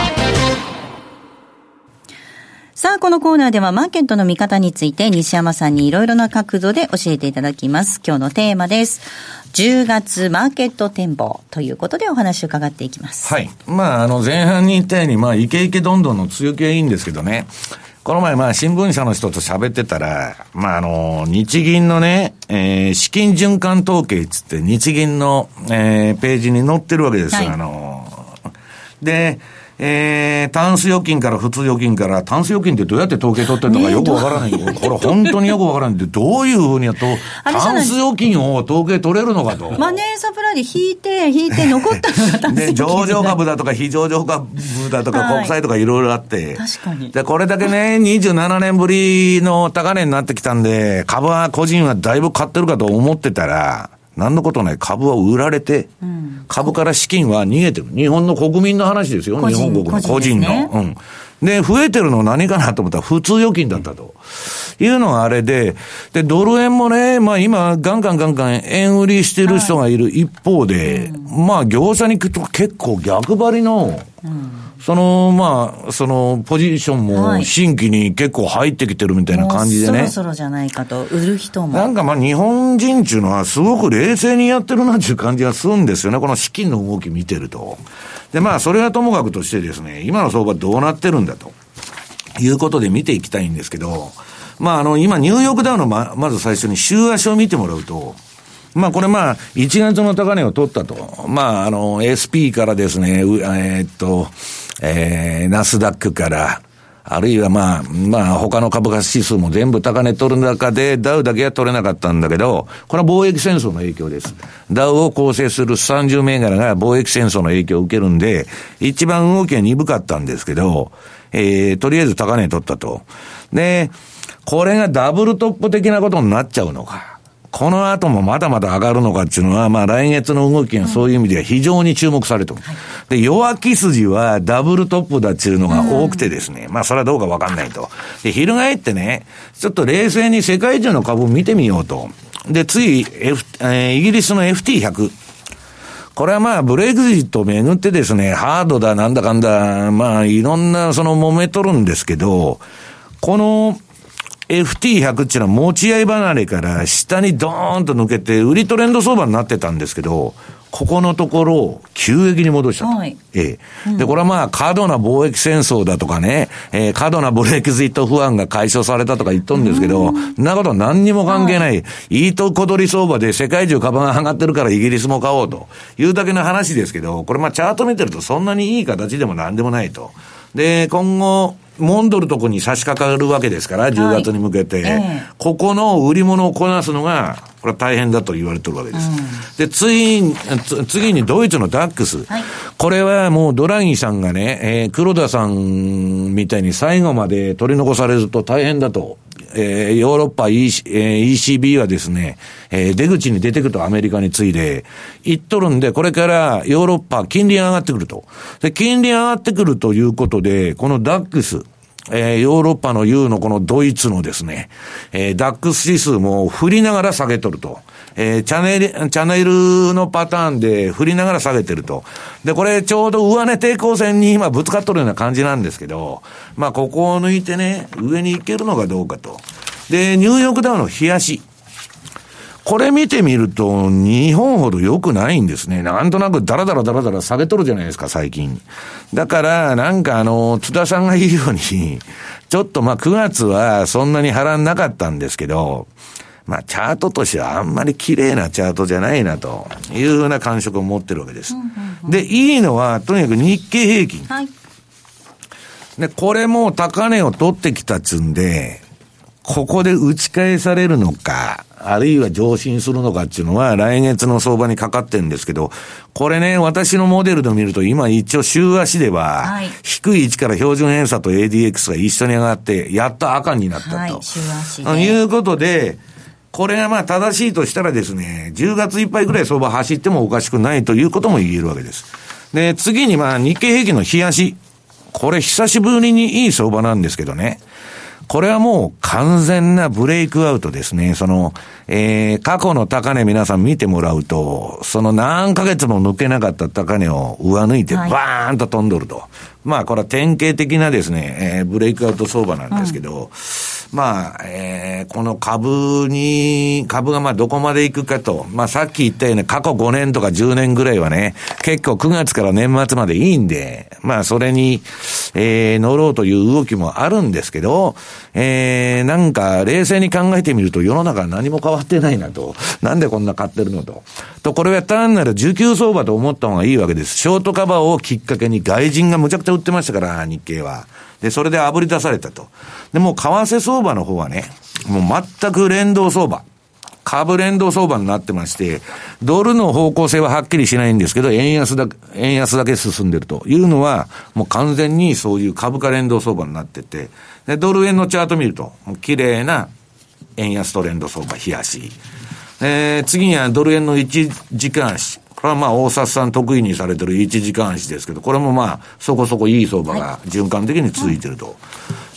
さあ、このコーナーではマーケットの見方について西山さんにいろいろな角度で教えていただきます。今日のテーマです。じゅうがつマーケット展望ということでお話を伺っていきます。 はい。まあ、あの前半に言ったように、まあ、イケイケどんどんの強気はいいんですけどね。この前、まあ、新聞社の人と喋ってたら、まあ、あの、日銀のね、えー、資金循環統計つって日銀の、えー、ページに載ってるわけですよ。はい、あの、で、えー、タンス預金から普通預金から、タンス預金ってどうやって統計取ってるのかよくわからない。ね、これ本当によくわからないんで、どういうふうにやっと、タンス預金を統計取れるのかと。 マネーサプライで引いて、引いて残ったのがタンス預金。 で、上場株だとか非上場株ムだとか国債とかいろいろあって、 はい、確かに。 で、これだけね、にじゅうななねんぶりの高値になってきたんで、株は個人はだいぶ買ってるかと思ってたら、何のことない、株は売られて、うん、株から資金は逃げてる。日本の国民の話ですよ、日本国の個人の。個人ですね。うん。で、増えてるの何かなと思ったら普通預金だったと。いうのがあれで、で、ドル円もね、まあ今、ガンガンガンガン円売りしてる人がいる一方で、はい、まあ業者に行くと結構逆張りの、うん、その、まあ、その、ポジションも新規に結構入ってきてるみたいな感じでね。 はい、そろそろじゃないかと、売る人も。 なんかまあ日本人っていうのはすごく冷静にやってるなっていう感じがするんですよね。この資金の動き見てると。で、まあそれはともかくとしてですね、今の相場どうなってるんだということで見ていきたいんですけど、まああの今ニューヨークダウのま、まず最初に週足を見てもらうと、まあこれまあいちがつの高値を取ったと。まああの エスピー からですね、えー、っと、えー、ナスダックから、あるいはまあ、まあ他の株価指数も全部高値取る中でダウだけは取れなかったんだけど、これは貿易戦争の影響です。ダウを構成するさんじゅう銘柄が貿易戦争の影響を受けるんで、一番動きは鈍かったんですけど、えー、とりあえず高値取ったと。で、これがダブルトップ的なことになっちゃうのか。この後もまだまだ上がるのかっていうのは、まあ来月の動きがそういう意味では非常に注目されてる。うん、で、弱気筋はダブルトップだっていうのが多くてですね、うん、まあそれはどうかわかんないと。で、翻ってね、ちょっと冷静に世界中の株を見てみようと。で、次、F、えー、イギリスの エフティーひゃく。これはまあブレイクジットをめぐってですね、ハードだなんだかんだ、まあいろんなその揉めとるんですけど、この、エフティーひゃく っていうのは持ち合い離れから下にドーンと抜けて売りトレンド相場になってたんですけど、ここのところを急激に戻したと。はい、ええ、うん。で、これはまあ過度な貿易戦争だとかね、えー、過度なブレイクジット不安が解消されたとか言っとるんですけど、そんなことは何にも関係ない。はい、いいとこ取り相場で世界中株が上がってるからイギリスも買おうというだけの話ですけど、これまあチャート見てるとそんなにいい形でも何でもないと。で、今後、モンドルとこに差し掛かるわけですから、じゅうがつに向けて、はいえー、ここの売り物をこなすのが、これは大変だと言われてるわけです。うん、で、次、次にドイツのダックス。はい、これはもうドラギさんがね、えー、黒田さんみたいに最後まで取り残されると大変だと。えー、ヨーロッパ イーシービー はですね、えー、出口に出てくるとアメリカに次いで言っとるんで、これからヨーロッパ金利が上がってくると。で、金利が上がってくるということで、このダックス、えー、ヨーロッパの ユー のこのドイツのですね、えー、ダックス指数も振りながら下げとると。えー、チャンネル、チャンネルのパターンで振りながら下げてると。で、これちょうど上値抵抗線に今ぶつかっとるような感じなんですけど、まあここを抜いてね、上に行けるのかどうかと。で、ニューヨークダウの冷やし。これ見てみると、日本ほど良くないんですね。なんとなくダラダラダラダラ下げとるじゃないですか、最近。だから、なんかあの、津田さんが言うように、ちょっとまあくがつはそんなに波乱なかったんですけど、まあ、チャートとしてはあんまり綺麗なチャートじゃないなというふうな感触を持ってるわけです。うんうんうん、で、いいのは、とにかく日経平均。はい。で、これも高値を取ってきたっつんで、ここで打ち返されるのか、あるいは上進するのかっていうのは来月の相場にかかってるんですけど、これね、私のモデルで見ると今一応週足では、はい、低い位置から標準偏差と エーディーエックス が一緒に上がって、やっと赤になったと。はい、週足で。いうことで、これがまあ正しいとしたらですね、じゅうがついっぱいぐらい相場走ってもおかしくないということも言えるわけです。で、次にまあ日経平均の冷やし。これ久しぶりにいい相場なんですけどね。これはもう完全なブレイクアウトですね。その、えー、過去の高値皆さん見てもらうと、その何ヶ月も抜けなかった高値を上抜いてバーンと飛んどると。はい、まあこれは典型的なですね、えー、ブレイクアウト相場なんですけど、うんまあ、えー、この株に、株がまあどこまで行くかと、まあさっき言ったように過去ごねんとかじゅうねんぐらいはね、結構くがつから年末までいいんで、まあそれに、えー、乗ろうという動きもあるんですけど、えー、なんか冷静に考えてみると世の中は何も変わってないなと。なんでこんな買ってるのと。と、これは単なる需給相場と思った方がいいわけです。ショートカバーをきっかけに外人がむちゃくちゃ売ってましたから、日経は。で、それで炙り出されたと。で、もう為替相場の方はね、もう全く連動相場。 株連動相場になってまして、ドルの方向性ははっきりしないんですけど、円安だ、円安だけ進んでるというのは、もう完全にそういう株価連動相場になってて、で、ドル円のチャート見ると、もう綺麗な円安トレンド相場、冷やし。えー、次にはドル円のいちじかん足。これはまあ、大札さん得意にされてるいちじかん足ですけど、これもまあ、そこそこいい相場が循環的に続いてると。はい、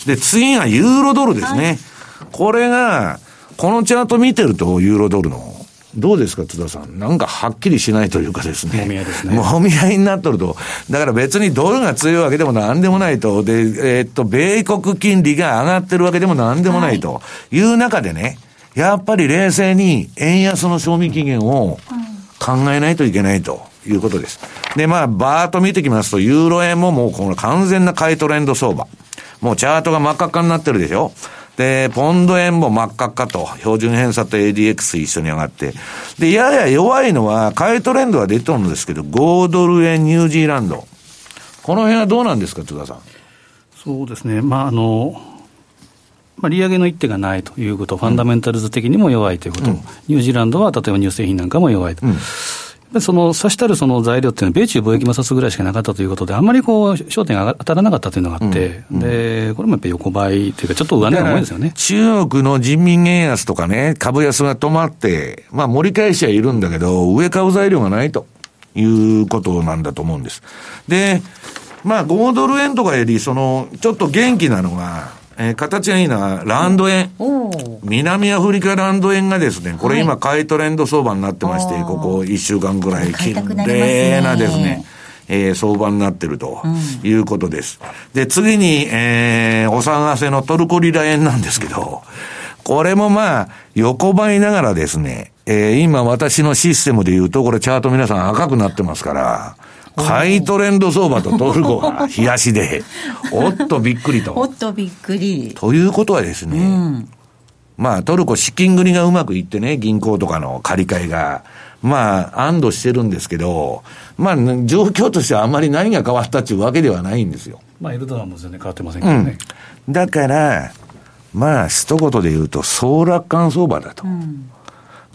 で、次がユーロドルですね。はい、これが、このチャート見てると、ユーロドルの、どうですか、津田さん。なんかはっきりしないというかですね。 もみ合いですね。 もみ合いになっとると。だから別にドルが強いわけでもなんでもないと。で、えー、っと、米国金利が上がってるわけでもなんでもないという中でね、やっぱり冷静に円安の賞味期限を考えないといけないということです。で、まあ、バーッと見てきますと、ユーロ円ももうこの完全な買いトレンド相場。もうチャートが真っ赤っかになってるでしょ。で、ポンド円も真っ赤っかと、標準偏差と エーディーエックス 一緒に上がって。で、やや弱いのは、買いトレンドは出てるんですけど、ごドル円、ニュージーランド。この辺はどうなんですか、津田さん。 そうですね。まあ、あの、まあ、利上げの一手がないということ、ファンダメンタルズ的にも弱いということ、うん、ニュージーランドは例えば乳製品なんかも弱いと。うん、その差したるその材料っていうのは米中貿易摩擦ぐらいしかなかったということで、あんまりこう焦点が当たらなかったというのがあって、うんうん、でこれもやっぱり横ばいというか、ちょっと上値が重いですよね。 中国の人民元安とかね、株安が止まって、まあ盛り返しはいるんだけど、上買う材料がないということなんだと思うんです。で、まあごドル円とかより、そのちょっと元気なのが、えー、形がいいのはランド円、南アフリカランド円がですね、これ今買いトレンド相場になってまして、はい、ここいっしゅうかんぐらい綺麗なですね、えー、相場になってるということです。うん、で、次に、えー、お騒がせのトルコリラ円なんですけど、これもまあ、横ばいながらですね、えー、今私のシステムで言うと、これチャート皆さん赤くなってますから、買いトレンド相場とトルコが冷やしで、おっとびっくりと。 おっとびっくり。 ということはですね、うん、まあトルコ資金繰りがうまくいってね、銀行とかの借り換えが、まあ安堵してるんですけど、まあ状況としてはあんまり何が変わったっていうわけではないんですよ。 まあエルドランも全然変わってませんけどね。 うん、だから、まあ一言で言うと総楽観相場だと。うんうん、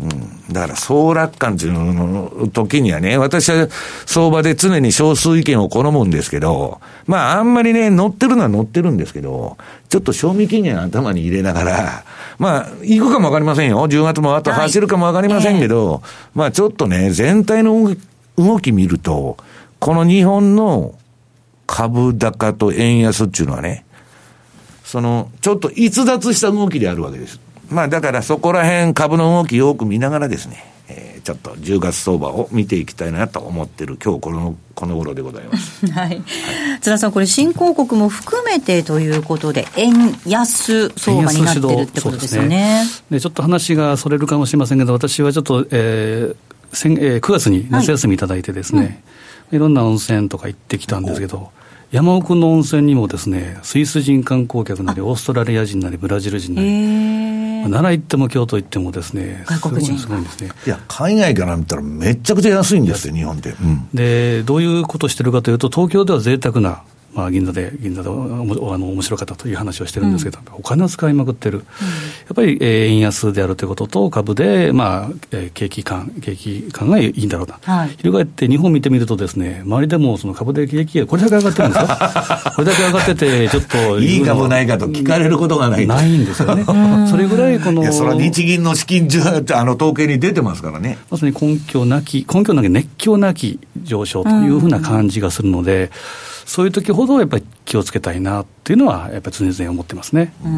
だから総楽観というの時にはね、私は相場で常に少数意見を好むんですけど、まああんまりね、乗ってるのは乗ってるんですけど、ちょっと賞味期限頭に入れながら、まあ行くかもわかりませんよ。じゅうがつもあと走るかもわかりませんけど、はい、まあちょっとね、全体の動き見ると、この日本の株高と円安っていうのはね、その、ちょっと逸脱した動きであるわけです。まあだからそこら辺株の動きよく見ながらですね、えー、ちょっとじゅうがつ相場を見ていきたいなと思っている今日このこの頃でございます。 はい。はい、津田さん、これ新興国も含めてということで円安相場になってるってことですよね。 で、ちょっと話がそれるかもしれませんけど、私はちょっと、えー先えー、くがつに夏休みいただいてですね、はいうん、いろんな温泉とか行ってきたんですけど。山奥の温泉にもですね、スイス人観光客なりオーストラリア人なりブラジル人なり、奈良行っても京都行ってもですね、 外国人すごいんですね。 いや、海外から見たらめちゃくちゃ安いんですよ、日本で。うん、 で、どういうことをしてるかというと、東京では贅沢な、まあ、銀座で、銀座で、あの、面白かったという話をしてるんですけど、うん、お金を使いまくってる。うん、やっぱり、えー、円安であるということと、株で、まあ、えー、景気感、景気感がいいんだろうな。はい、翻って日本見てみるとですね、周りでもその株で景気がこれだけ上がってるんですよ。これだけ上がってて、ちょっと。 いい株ないかと聞かれることがない。 ないんですよね。それぐらい、この。 いや、それは日銀の資金、あの、統計に出てますからね。 まさに根拠なき、根拠なき熱狂なき上昇というふうな感じがするので、そういう時ほどやっぱり気をつけたいなっていうのはやっぱり常々思ってますね。 うん、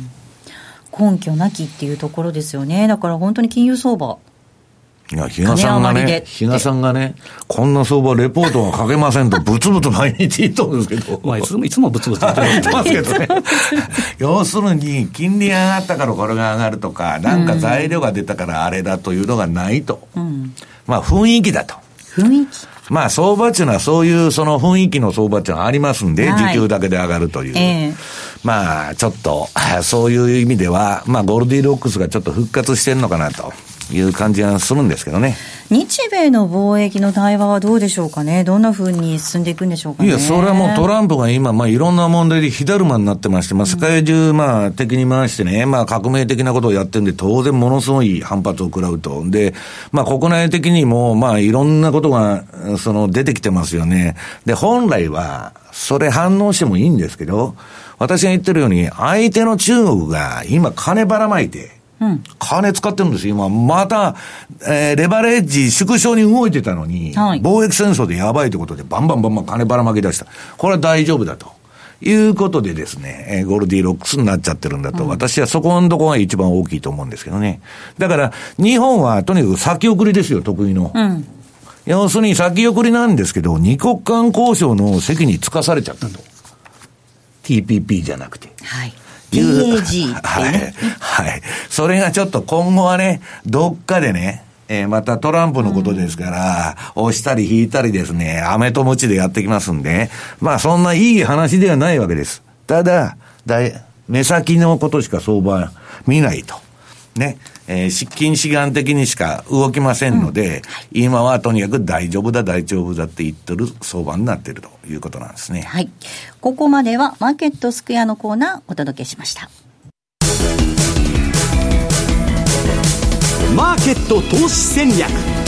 根拠なきっていうところですよね。だから本当に金融相場。 いや、比嘉さんがね、比嘉さんがね、こんな相場レポートが書けませんとブツブツ毎日言っとるんですけど。 まあいつも、いつもブツブツ言ってますけどね。要するに、金利が上がったからこれが上がるとか、なんか材料が出たからあれだというのがないと。うん、まあ雰囲気だと。 雰囲気まあ相場っていうのはそういうその雰囲気の相場っていうのはありますんで、はい、時給だけで上がるという。えー、まあちょっと、そういう意味では、まあゴールディロックスがちょっと復活してんのかなという感じがするんですけどね。 日米の貿易の対話はどうでしょうかね。どんな風に進んでいくんでしょうかね。 いや、それはもうトランプが今、まあ、いろんな問題で火だるまになってまして、まあ、世界中、まあ、敵に回してね、まあ、革命的なことをやってるんで、当然ものすごい反発を食らうと。で、まあ、国内的にも、まあ、いろんなことが、その、出てきてますよね。で、本来は、それ反応してもいいんですけど、私が言ってるように、相手の中国が今金ばらまいて、うん、金使ってるんですよ。今、また、えー、レバレッジ縮小に動いてたのに、はい、貿易戦争でやばいということで、バンバンバンバン金ばらまき出した。これは大丈夫だと。いうことでですね、えー、ゴールディロックスになっちゃってるんだと、うん、私はそこのところが一番大きいと思うんですけどね。だから、日本はとにかく先送りですよ、得意の。うん、要するに先送りなんですけど、二国間交渉の席につかされちゃったと。うん、ティーピーピー じゃなくて。 はい。ティーエージー ってね。 はい。はい。それがちょっと今後はね、どっかでね、えー、またトランプのことですから、うん、押したり引いたりですね、飴と鞭でやってきますんで、まあそんないい話ではないわけです。ただ、だい目先のことしか相場見ないと。ね。えー、近視眼的にしか動きませんので、うん、今はとにかく大丈夫だ大丈夫だって言ってる相場になっているということなんですね。 はい。ここまではマーケットスクエアのコーナーお届けしました。 マーケット投資戦略。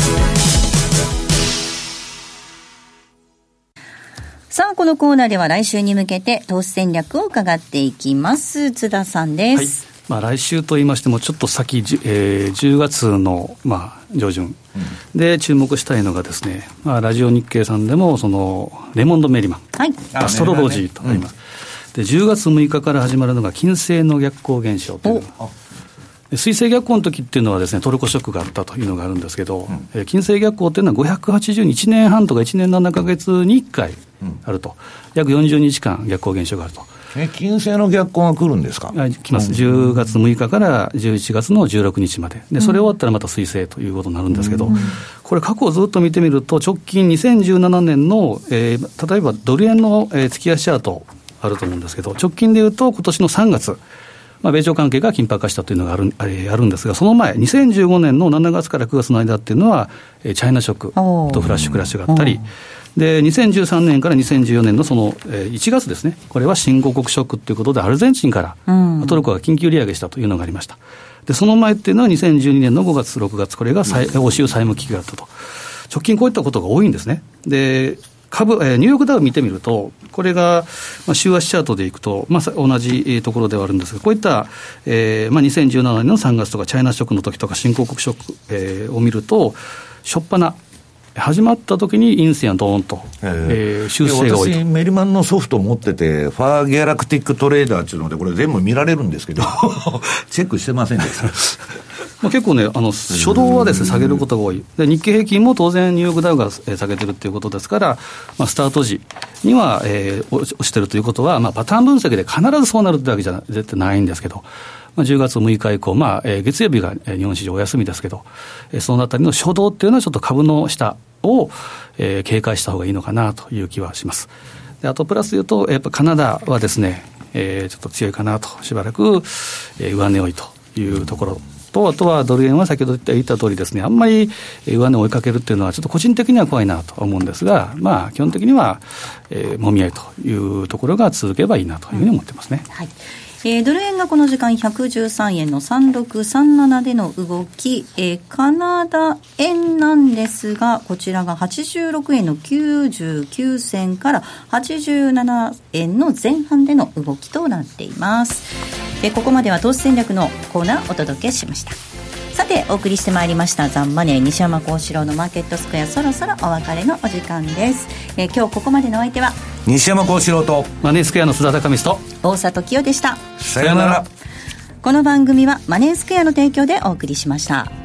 さあこのコーナーでは来週に向けて投資戦略を伺っていきます。津田さんです。 はい、まあ、来週と言いましてもちょっと先、えー、じゅうがつの、まあ、上旬で注目したいのがですね、まあ、ラジオ日経さんでもそのレモンド・メリマン、はい、アストロロジーとあります、うん、でじゅうがつむいかから始まるのが金星の逆行現象という水星逆行の時っていうのはですねトルコショックがあったというのがあるんですけど、うん、金星逆行っていうのはごひゃくはちじゅうにいちねんはんとかいちねんななかげつにいっかいあると、うん、約よんじゅうにちかん逆行現象があると。 え金星の逆行が来るんですか？ 来ます。じゅうがつむいかからじゅういちがつのじゅうろくにちまで。で、それ終わったらまた水星ということになるんですけど、うん、これ過去をずっと見てみると、直近にせんじゅうななねんの、えー、例えばドル円の、えー、月足チャートあると思うんですけど、直近でいうと今年のさんがつ、まあ、米朝関係が緊迫化したというのがある、あるんですが、その前、にせんじゅうごねんのしちがつからくがつの間っていうのは、チャイナショックとフラッシュクラッシュがあったり、でにせんじゅうさんねんからにせんじゅうよねんのそのいちがつですね、これは新興国ショックということでアルゼンチンからトルコが緊急利上げしたというのがありました。でその前っていうのはにせんじゅうにねんのごがつろくがつ、これが欧州債務危機があったと。直近こういったことが多いんですね。で株、えー、ニューヨークダウ見てみると、これが、まあ、週足チャートでいくと、まあ、同じ、えー、ところではあるんですが、こういった、えーまあ、にせんじゅうななねんのさんがつとかチャイナショックの時とか新興国ショック、えー、を見ると初っ端始まった時に陰線がドーンと、えーえー、修正が多いと。 私メリマンのソフトを持ってて、ファーギャラクティックトレーダーっていうのでこれ全部見られるんですけどチェックしてませんでしたまあ結構ね、あの初動はですね下げることが多い。で日経平均も当然ニューヨークダウが下げてるということですから、まあ、スタート時には、えー、押してるということは、まあ、パターン分析で必ずそうなるってわけじゃ絶対ないんですけど、まあ、じゅうがつむいか以降、まあえー、月曜日が日本市場お休みですけど、えー、そのあたりの初動っていうのはちょっと株の下を、えー、警戒した方がいいのかなという気はします。であとプラス言うとやっぱカナダはですね、えー、ちょっと強いかなと、しばらく、えー、上値追いというところと、あとはドル円は先ほど言った通りですね、あんまり上値を追いかけるっていうのはちょっと個人的には怖いなと思うんですが、まあ基本的には、えー、もみ合いというところが続けばいいなというふうに思ってますね。 うん、はい。えー、ドル円がこの時間ひゃくじゅうさんえんのさんろくさんななでの動き、えー、カナダ円なんですが、こちらがはちじゅうろくえんのきゅうじゅうきゅうせんからはちじゅうななえんの前半での動きとなっています。でここまでは投資戦略のコーナーお届けしました。さてお送りしてまいりましたザンマネー西山幸四郎のマーケットスクエア、そろそろお別れのお時間です。えー、今日ここまでのお相手は西山幸四郎とマネースクエアの須田貴光と大里清でした。 さよなら。 この番組はマネースクエアの提供でお送りしました。